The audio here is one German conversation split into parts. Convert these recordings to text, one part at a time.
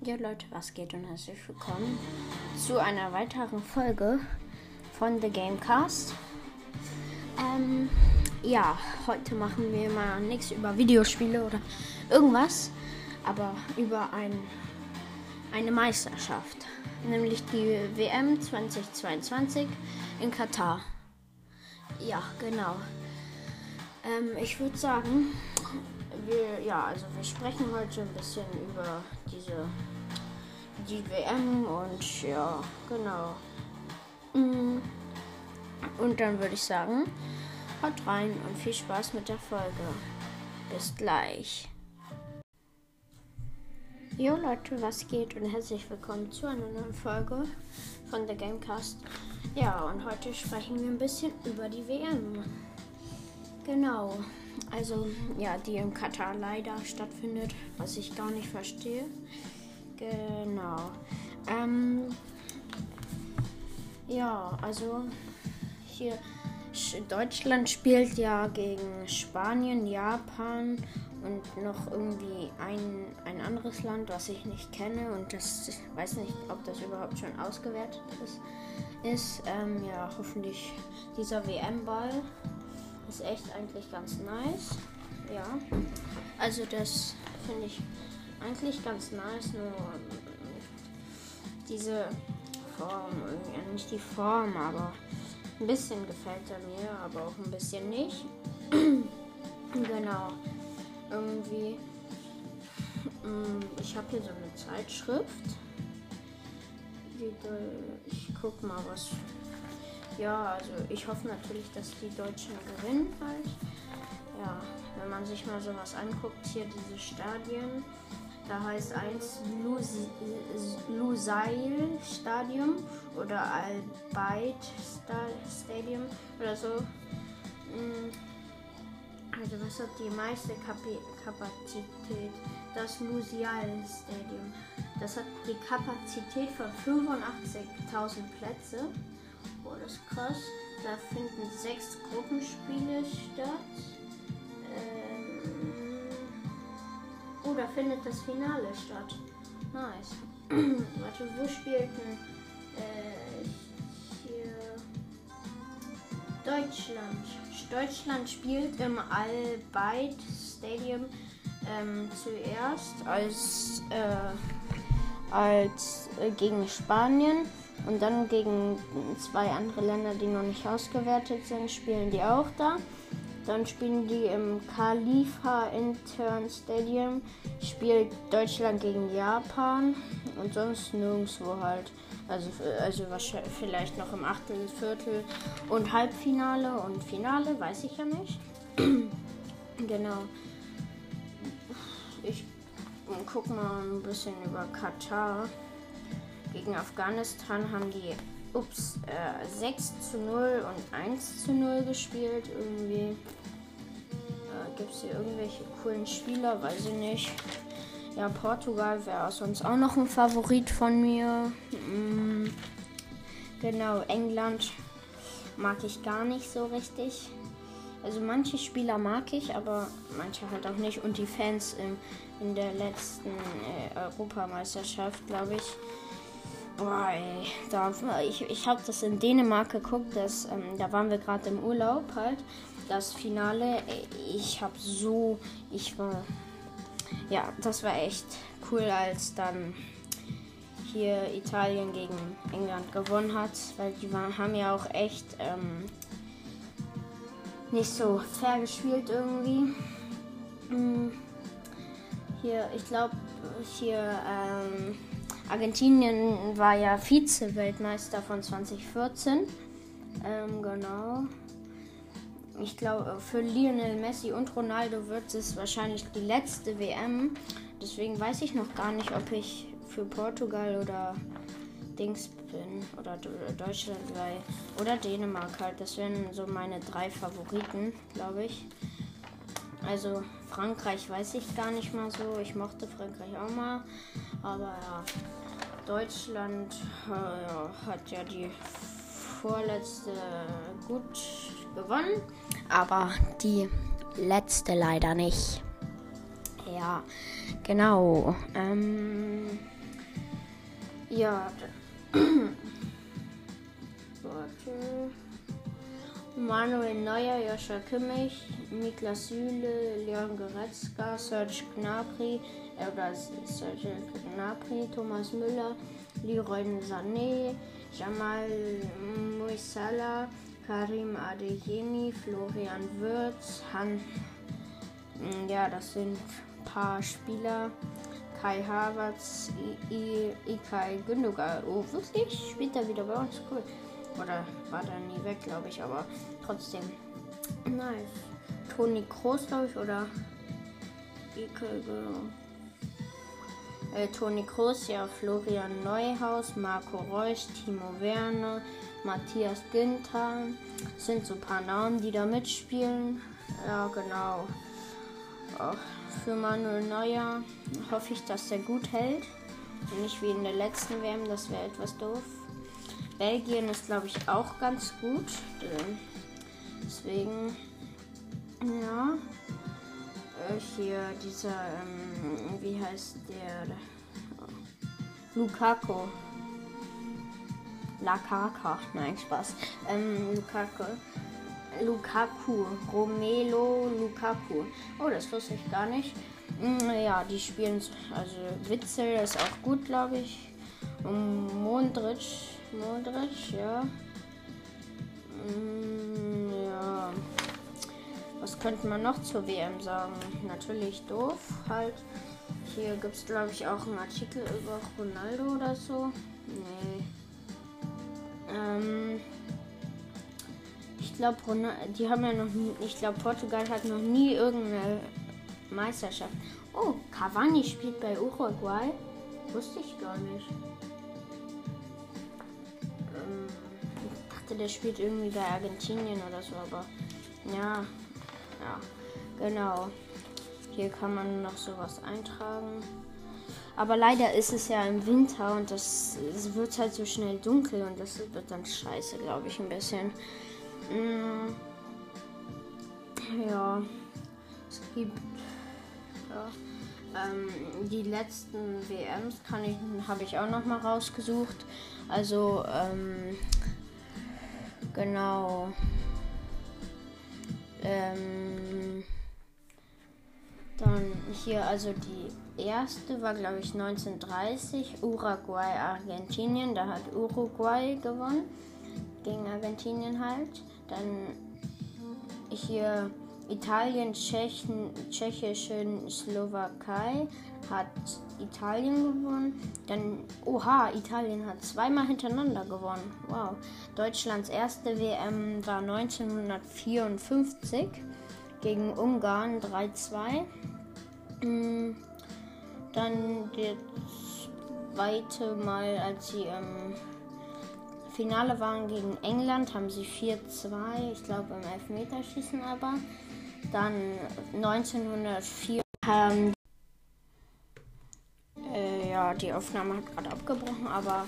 Ja Leute, was geht und herzlich willkommen zu einer weiteren Folge von The Gamecast. Heute machen wir mal nichts über Videospiele oder irgendwas, aber über eine Meisterschaft, nämlich die WM 2022 in Katar. Ja, genau. Ich würde sagen, wir sprechen heute ein bisschen über die WM und ja, genau. Und dann würde ich sagen, haut rein und viel Spaß mit der Folge. Bis gleich. Jo Leute, was geht und herzlich willkommen zu einer neuen Folge von The Gamecast. Ja, und heute sprechen wir ein bisschen über die WM. Genau. Also, ja, die im Katar leider stattfindet, was ich gar nicht verstehe. Genau. Also hier Deutschland spielt ja gegen Spanien, Japan und noch irgendwie ein anderes Land, was ich nicht kenne und das weiß nicht, ob das überhaupt schon ausgewertet ist. Hoffentlich dieser WM-Ball ist echt eigentlich ganz nice. Ja, also das finde ich eigentlich ganz nice, nur diese Form, irgendwie nicht die Form, aber ein bisschen gefällt er mir, aber auch ein bisschen nicht. Genau, irgendwie, ich habe hier so eine Zeitschrift, ich guck mal was. Ja, also ich hoffe natürlich, dass die Deutschen gewinnen halt. Ja, wenn man sich mal sowas anguckt, hier diese Stadien, da heißt eins Lusail Stadium oder Al-Bayt Stadium oder so. Also was hat die meiste Kapazität? Das Lusail Stadium. Das hat die Kapazität von 85.000 Plätze. Oh, das ist krass. Da finden 6 Gruppenspiele statt. Da findet das Finale statt. Nice. Warte, wo spielten hier Deutschland? Deutschland spielt im Al-Bayt Stadium zuerst als gegen Spanien und dann gegen 2 andere Länder, die noch nicht ausgewertet sind, spielen die auch da. Dann spielen die im Khalifa Intern Stadium, spielt Deutschland gegen Japan und sonst nirgendwo halt. Also wahrscheinlich vielleicht noch im Achtel, Viertel und Halbfinale und Finale, weiß ich ja nicht. Genau. Ich guck mal ein bisschen über Katar. Gegen Afghanistan haben die 6:0 und 1:0 gespielt. Irgendwie gibt es hier irgendwelche coolen Spieler, weiß ich nicht. Ja, Portugal wäre sonst auch noch ein Favorit von mir. Genau, England mag ich gar nicht so richtig. Also manche Spieler mag ich, aber manche halt auch nicht. Und die Fans in der letzten Europameisterschaft, glaube ich. Boah, ey, ich habe das in Dänemark geguckt, da waren wir gerade im Urlaub halt, das Finale, das war echt cool, als dann hier Italien gegen England gewonnen hat, weil die haben ja auch echt nicht so fair gespielt irgendwie. Argentinien war ja Vize-Weltmeister von 2014. Genau. Ich glaube, für Lionel Messi und Ronaldo wird es wahrscheinlich die letzte WM. Deswegen weiß ich noch gar nicht, ob ich für Portugal oder Dings bin. Oder Deutschland oder Dänemark halt. Das wären so meine 3 Favoriten, glaube ich. Also Frankreich weiß ich gar nicht mal so. Ich mochte Frankreich auch mal. Aber ja, Deutschland hat ja die vorletzte gut gewonnen. Aber die letzte leider nicht. Ja, genau. Ja, warte. Manuel Neuer, Joshua Kimmich, Niklas Süle, Leon Goretzka, Serge Gnabry, Thomas Müller, Leroy Sané, Jamal Musiala, Karim Adeyemi, Florian Wirtz, ja, das sind ein paar Spieler. Kai Havertz, Ilkay Gündogan. Oh, wirklich? Spielt er wieder bei uns? Cool. Oder war da nie weg, glaube ich, aber trotzdem. Nice. Toni Kroos, glaube ich, oder Toni Kroos, ja, Florian Neuhaus, Marco Reus, Timo Werner, Matthias Ginter. Sind so ein paar Namen, die da mitspielen. Ja, genau. Auch für Manuel Neuer hoffe ich, dass der gut hält. Nicht wie in der letzten WM, das wäre etwas doof. Belgien ist, glaube ich, auch ganz gut. Deswegen, ja. Hier dieser, wie heißt der? Lukaku. Nein, Spaß. Lukaku. Romelu Lukaku. Oh, das wusste ich gar nicht. Ja, die spielen, also Witzel ist auch gut, glaube ich. Und Modric, ja. Ja. Was könnte man noch zur WM sagen? Natürlich doof, halt. Hier gibt es, glaube ich, auch einen Artikel über Ronaldo oder so. Nee. Ich glaube, die haben ja noch nie, ich glaube, Portugal hat noch nie irgendeine Meisterschaft. Oh, Cavani spielt bei Uruguay. Wusste ich gar nicht. Ich dachte, der spielt irgendwie bei Argentinien oder so, aber ja, genau. Hier kann man noch sowas eintragen. Aber leider ist es ja im Winter und es wird halt so schnell dunkel und das wird dann scheiße, glaube ich, ein bisschen. Ja, es gibt die letzten WMs habe ich auch noch mal rausgesucht. Also genau. Dann hier, also die erste war, glaube ich, 1930, Uruguay, Argentinien. Da hat Uruguay gewonnen, gegen Argentinien halt. Dann hier Italien, Tschechischen, Slowakei hat Italien gewonnen. Dann, Italien hat zweimal hintereinander gewonnen. Wow. Deutschlands erste WM war 1954 gegen Ungarn 3-2. Dann das zweite Mal, als sie im Finale waren gegen England, haben sie 4-2, ich glaube im Elfmeterschießen aber. Dann 1904 haben die Aufnahme hat gerade abgebrochen, aber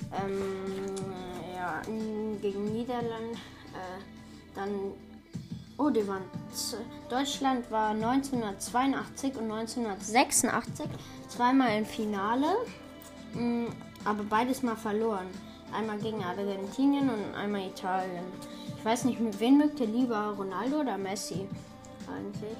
gegen Niederland dann Deutschland war 1982 und 1986 zweimal im Finale, aber beides mal verloren. Einmal gegen Argentinien und einmal Italien. Ich weiß nicht, mit wen mögt ihr lieber, Ronaldo oder Messi eigentlich?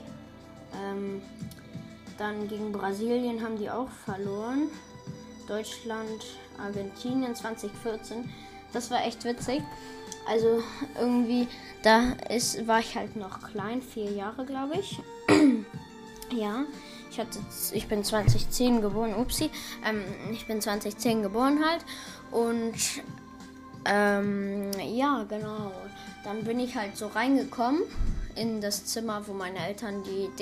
Dann gegen Brasilien haben die auch verloren. Deutschland, Argentinien 2014. Das war echt witzig. Also irgendwie, war ich halt noch klein, 4 Jahre, glaube ich. Ja, ich bin 2010 geboren, ich bin 2010 geboren halt. Und ja, genau. Dann bin ich halt so reingekommen in das Zimmer, wo meine Eltern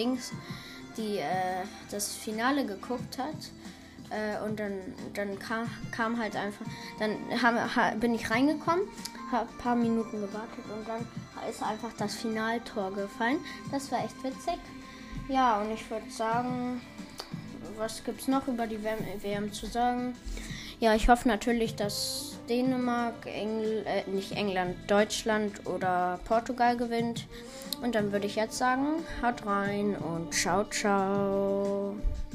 das Finale geguckt hat. Und dann kam halt einfach, bin ich reingekommen, habe ein paar Minuten gewartet und dann ist einfach das Finaltor gefallen. Das war echt witzig. Ja, und ich würde sagen, was gibt's noch über die WM zu sagen? Ja, ich hoffe natürlich, dass Dänemark, nicht England, Deutschland oder Portugal gewinnt. Und dann würde ich jetzt sagen, haut rein und ciao, ciao.